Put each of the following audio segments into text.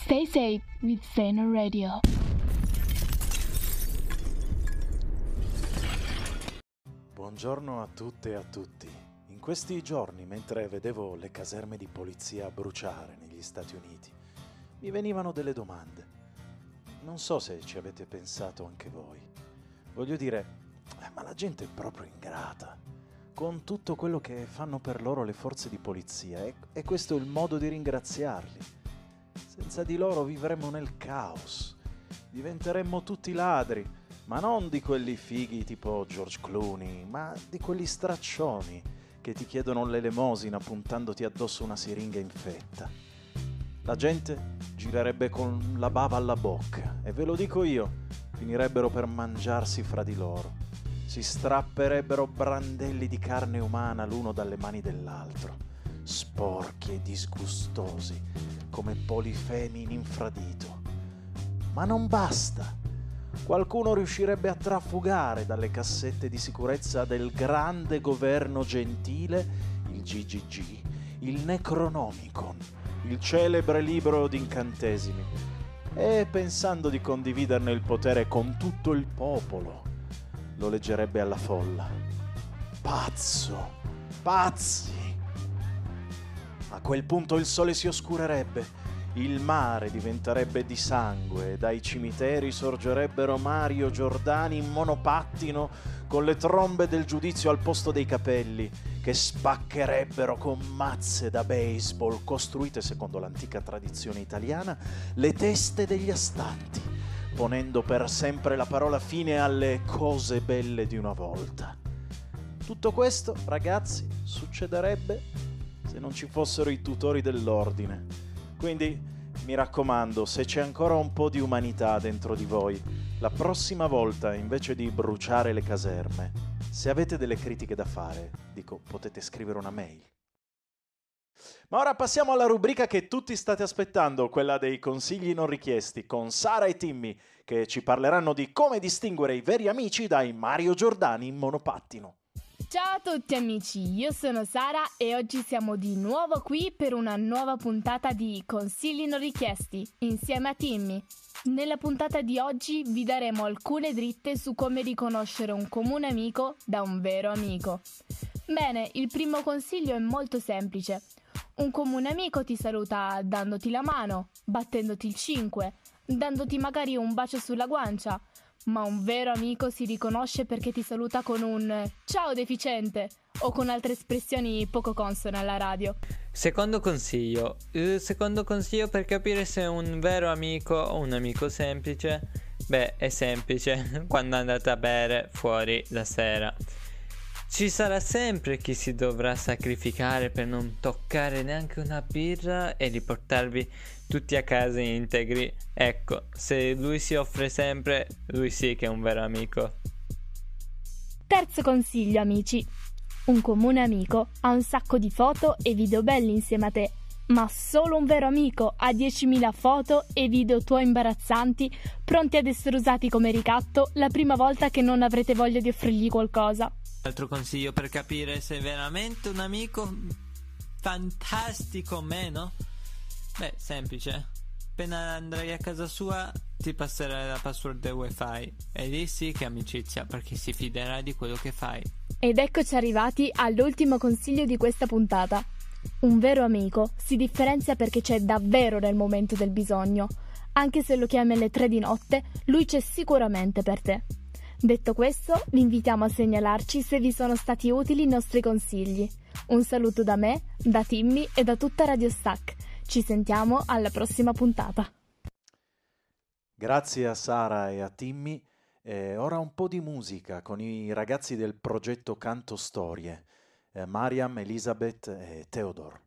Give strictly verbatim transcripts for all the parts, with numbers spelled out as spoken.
Stay safe with Zeno Radio. Buongiorno a tutte e a tutti. In questi giorni, mentre vedevo le caserme di polizia bruciare negli Stati Uniti, mi venivano delle domande. Non so se ci avete pensato anche voi. Voglio dire, eh, ma la gente è proprio ingrata, con tutto quello che fanno per loro le forze di polizia, e, e questo è il modo di ringraziarli. Senza di loro vivremmo nel caos, diventeremmo tutti ladri, ma non di quelli fighi tipo George Clooney, ma di quelli straccioni che ti chiedono l'elemosina puntandoti addosso una siringa infetta. La gente girerebbe con la bava alla bocca, e ve lo dico io, finirebbero per mangiarsi fra di loro. Si strapperebbero brandelli di carne umana l'uno dalle mani dell'altro, sporchi e disgustosi, come polifemi in infradito. Ma non basta. Qualcuno riuscirebbe a trafugare dalle cassette di sicurezza del grande governo gentile il G G G, il Necronomicon, il celebre libro d'incantesimi, e pensando di condividerne il potere con tutto il popolo, lo leggerebbe alla folla. Pazzo! Pazzi! A quel punto il sole si oscurerebbe, il mare diventerebbe di sangue e dai cimiteri sorgerebbero Mario Giordani in monopattino con le trombe del giudizio al posto dei capelli, che spaccherebbero con mazze da baseball costruite secondo l'antica tradizione italiana le teste degli astanti, ponendo per sempre la parola fine alle cose belle di una volta. Tutto questo, ragazzi, succederebbe se non ci fossero i tutori dell'ordine. Quindi mi raccomando, se c'è ancora un po' di umanità dentro di voi, la prossima volta, invece di bruciare le caserme, se avete delle critiche da fare, dico, potete scrivere una mail. Ma ora passiamo alla rubrica che tutti state aspettando, quella dei consigli non richiesti, con Sara e Timmy, che ci parleranno di come distinguere i veri amici dai Mario Giordani in monopattino. Ciao a tutti amici, io sono Sara e oggi siamo di nuovo qui per una nuova puntata di Consigli non richiesti insieme a Timmy. Nella puntata di oggi vi daremo alcune dritte su come riconoscere un comune amico da un vero amico. Bene, il primo consiglio è molto semplice. Un comune amico ti saluta dandoti la mano, battendoti il cinque, dandoti magari un bacio sulla guancia. Ma un vero amico si riconosce perché ti saluta con un ciao deficiente o con altre espressioni poco consone alla radio. Secondo consiglio. Il secondo consiglio per capire se è un vero amico o un amico semplice, beh, è semplice quando andate a bere fuori la sera. Ci sarà sempre chi si dovrà sacrificare per non toccare neanche una birra e riportarvi tutti a casa integri. Ecco, se lui si offre sempre, lui sì che è un vero amico. Terzo consiglio, amici. Un comune amico ha un sacco di foto e video belli insieme a te, ma solo un vero amico ha diecimila foto e video tuoi imbarazzanti pronti ad essere usati come ricatto la prima volta che non avrete voglia di offrirgli qualcosa. Altro consiglio per capire se è veramente un amico fantastico o meno? Beh, semplice. Appena andrai a casa sua ti passerai la password del wifi e lì sì che è amicizia, perché si fiderà di quello che fai. Ed eccoci arrivati all'ultimo consiglio di questa puntata. Un vero amico si differenzia perché c'è davvero nel momento del bisogno. Anche se lo chiami alle tre di notte, lui c'è sicuramente per te. Detto questo, vi invitiamo a segnalarci se vi sono stati utili i nostri consigli. Un saluto da me, da Timmy e da tutta Radio Stack. Ci sentiamo alla prossima puntata. Grazie a Sara e a Timmy. E ora un po' di musica con i ragazzi del progetto Canto Storie, eh, Mariam, Elisabeth e Theodore.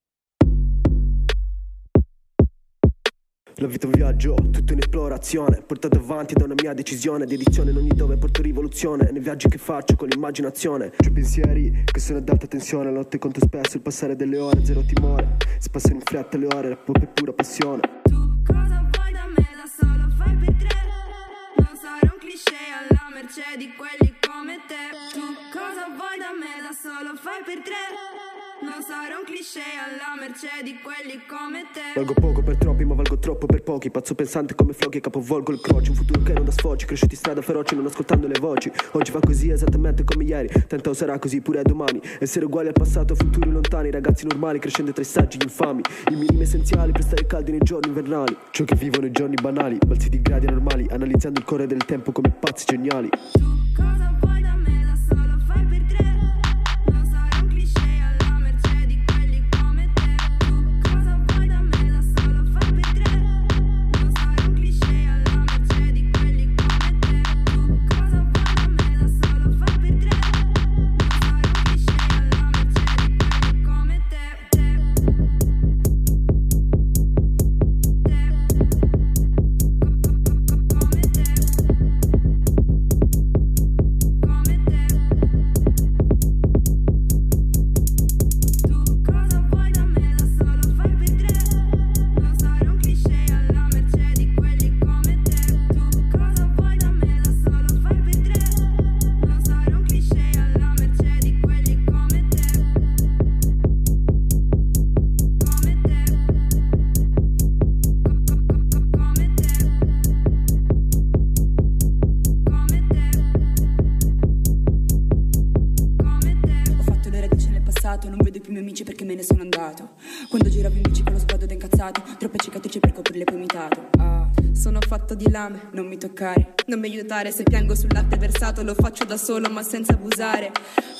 La vita è un viaggio, tutto in esplorazione, portato avanti da una mia decisione, dedizione in ogni dove porto rivoluzione, nei viaggi che faccio con l'immaginazione. C'ho pensieri che sono ad alta tensione, la notte conto spesso il passare delle ore, zero timore, si passano in fretta le ore, la pop è pura passione. Tu cosa vuoi da me, da solo fai per tre, non sarò un cliché alla mercé di quelli come te. Tu cosa vuoi da me, da solo fai per tre, non sarò un cliché alla mercé di quelli come te. Valgo poco per troppi ma valgo troppo per pochi. Pazzo pensante come Floki e capovolgo il croce. Un futuro che non da sfoci, cresciuti in strada feroci non ascoltando le voci. Oggi va così esattamente come ieri, tanto sarà così pure domani. Essere uguali al passato, futuri lontani, ragazzi normali crescendo tra i saggi gli infami. I minimi essenziali per stare caldi nei giorni invernali. Ciò che vivono i giorni banali, balzi di gradi anormali, analizzando il correre del tempo come pazzi geniali. Tu cosa vuoi da me, da solo fai per tre. Non sarò un cliché alla mercé di quelli come te. Tu cosa vuoi da me, da solo fai per tre. Non sarò un cliché alla mercé di quelli come te. Tu cosa vuoi da me, da solo fai per tre. Non sarò un cliché alla mercé di quelli come te. Non vedo più i miei amici perché me ne sono andato. Quando giravo in bici con lo sguardo da incazzato, troppe cicatrici per coprirle poi imitato. Ah, sono fatto di lame, non mi toccare, non mi aiutare se piango sul latte versato. Lo faccio da solo ma senza abusare.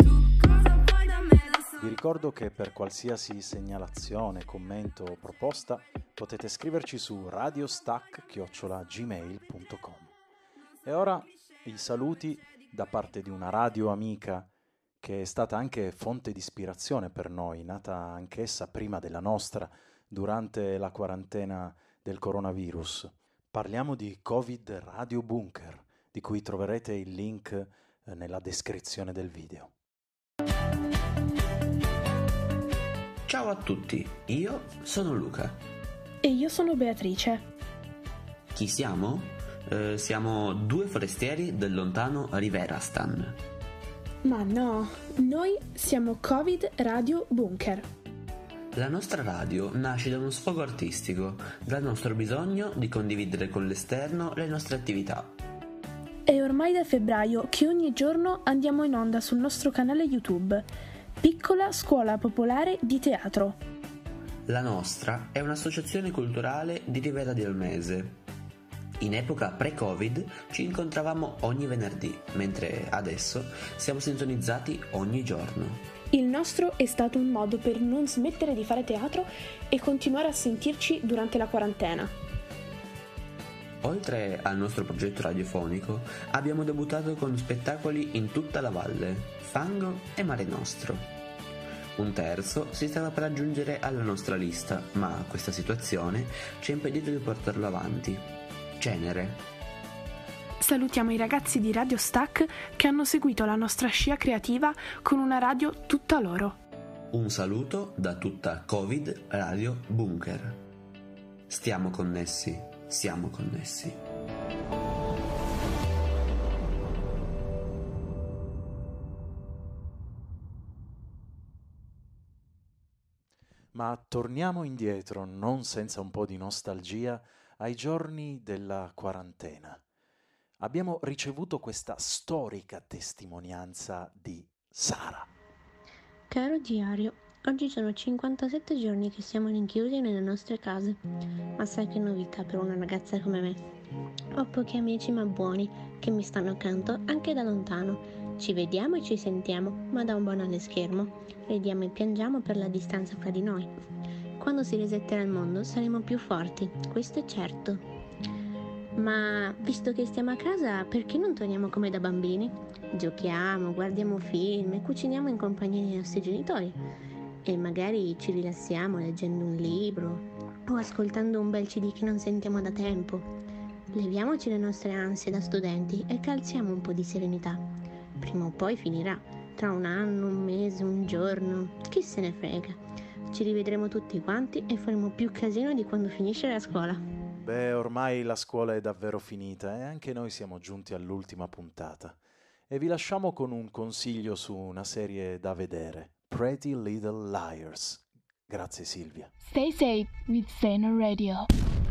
Vi ricordo che per qualsiasi segnalazione, commento o proposta potete scriverci su radiostack chiocciola gmail punto com. E ora i saluti da parte di una radio amica che è stata anche fonte di ispirazione per noi, nata anch'essa prima della nostra, durante la quarantena del coronavirus. Parliamo di Covid Radio Bunker, di cui troverete il link nella descrizione del video. Ciao a tutti, io sono Luca. E io sono Beatrice. Chi siamo? Eh, siamo due forestieri del lontano Riverastan. Ma no, noi siamo Covid Radio Bunker. La nostra radio nasce da uno sfogo artistico, dal nostro bisogno di condividere con l'esterno le nostre attività. È ormai da febbraio che ogni giorno andiamo in onda sul nostro canale YouTube, Piccola Scuola Popolare di Teatro. La nostra è un'associazione culturale di Rivera di Olmese. In epoca pre-Covid ci incontravamo ogni venerdì, mentre adesso siamo sintonizzati ogni giorno. Il nostro è stato un modo per non smettere di fare teatro e continuare a sentirci durante la quarantena. Oltre al nostro progetto radiofonico, abbiamo debuttato con spettacoli in tutta la valle, Fango e Mare Nostro. Un terzo si stava per aggiungere alla nostra lista, ma questa situazione ci ha impedito di portarlo avanti. Cenere. Salutiamo i ragazzi di Radio Stack che hanno seguito la nostra scia creativa con una radio tutta loro. Un saluto da tutta Covid Radio Bunker. Stiamo connessi, siamo connessi. Ma torniamo indietro, non senza un po' di nostalgia, ai giorni della quarantena. Abbiamo ricevuto questa storica testimonianza di Sara. Caro diario, oggi sono cinquantasette giorni che siamo rinchiusi nelle nostre case. Ma sai che novità per una ragazza come me? Ho pochi amici ma buoni che mi stanno accanto anche da lontano. Ci vediamo e ci sentiamo, ma da un banale schermo. Ridiamo e piangiamo per la distanza fra di noi. Quando si resetterà il mondo saremo più forti, questo è certo. Ma visto che stiamo a casa, perché non torniamo come da bambini? Giochiamo, guardiamo film e cuciniamo in compagnia dei nostri genitori. E magari ci rilassiamo leggendo un libro o ascoltando un bel C D che non sentiamo da tempo. Leviamoci le nostre ansie da studenti e calziamo un po' di serenità. Prima o poi finirà, tra un anno, un mese, un giorno, chi se ne frega. Ci rivedremo tutti quanti e faremo più casino di quando finisce la scuola. Beh, ormai la scuola è davvero finita e anche noi siamo giunti all'ultima puntata. E vi lasciamo con un consiglio su una serie da vedere, Pretty Little Liars. Grazie Silvia. Stay safe with Zeno Radio.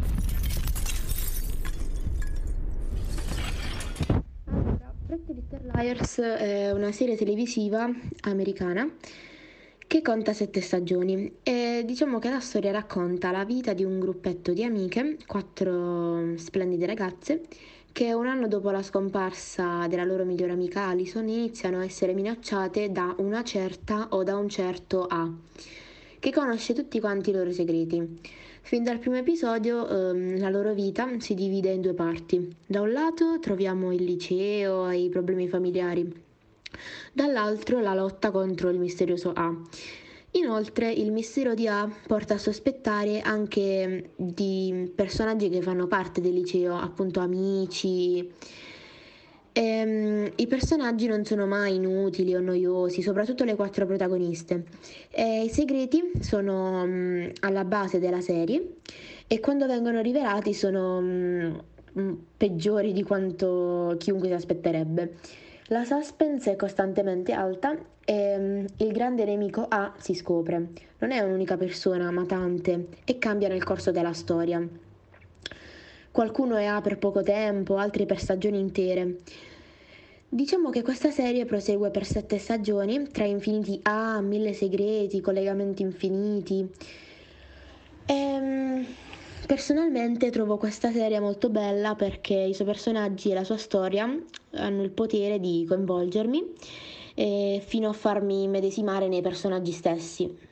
Pretty Little Liars è una serie televisiva americana che conta sette stagioni e diciamo che la storia racconta la vita di un gruppetto di amiche, quattro splendide ragazze, che un anno dopo la scomparsa della loro migliore amica Alison iniziano a essere minacciate da una certa o da un certo A, che conosce tutti quanti i loro segreti. Fin dal primo episodio ehm, la loro vita si divide in due parti. Da un lato troviamo il liceo e i problemi familiari, dall'altro la lotta contro il misterioso A. Inoltre il mistero di A porta a sospettare anche di personaggi che fanno parte del liceo, appunto amici. Ehm, I personaggi non sono mai inutili o noiosi, soprattutto le quattro protagoniste. E i segreti sono mm, alla base della serie e quando vengono rivelati sono mm, mm, peggiori di quanto chiunque si aspetterebbe. La suspense è costantemente alta e mm, il grande nemico A si scopre. Non è un'unica persona, ma tante, e cambia nel corso della storia. Qualcuno è A per poco tempo, altri per stagioni intere. Diciamo che questa serie prosegue per sette stagioni, tra infiniti A, mille segreti, collegamenti infiniti. Ehm, personalmente trovo questa serie molto bella perché i suoi personaggi e la sua storia hanno il potere di coinvolgermi eh, fino a farmi medesimare nei personaggi stessi.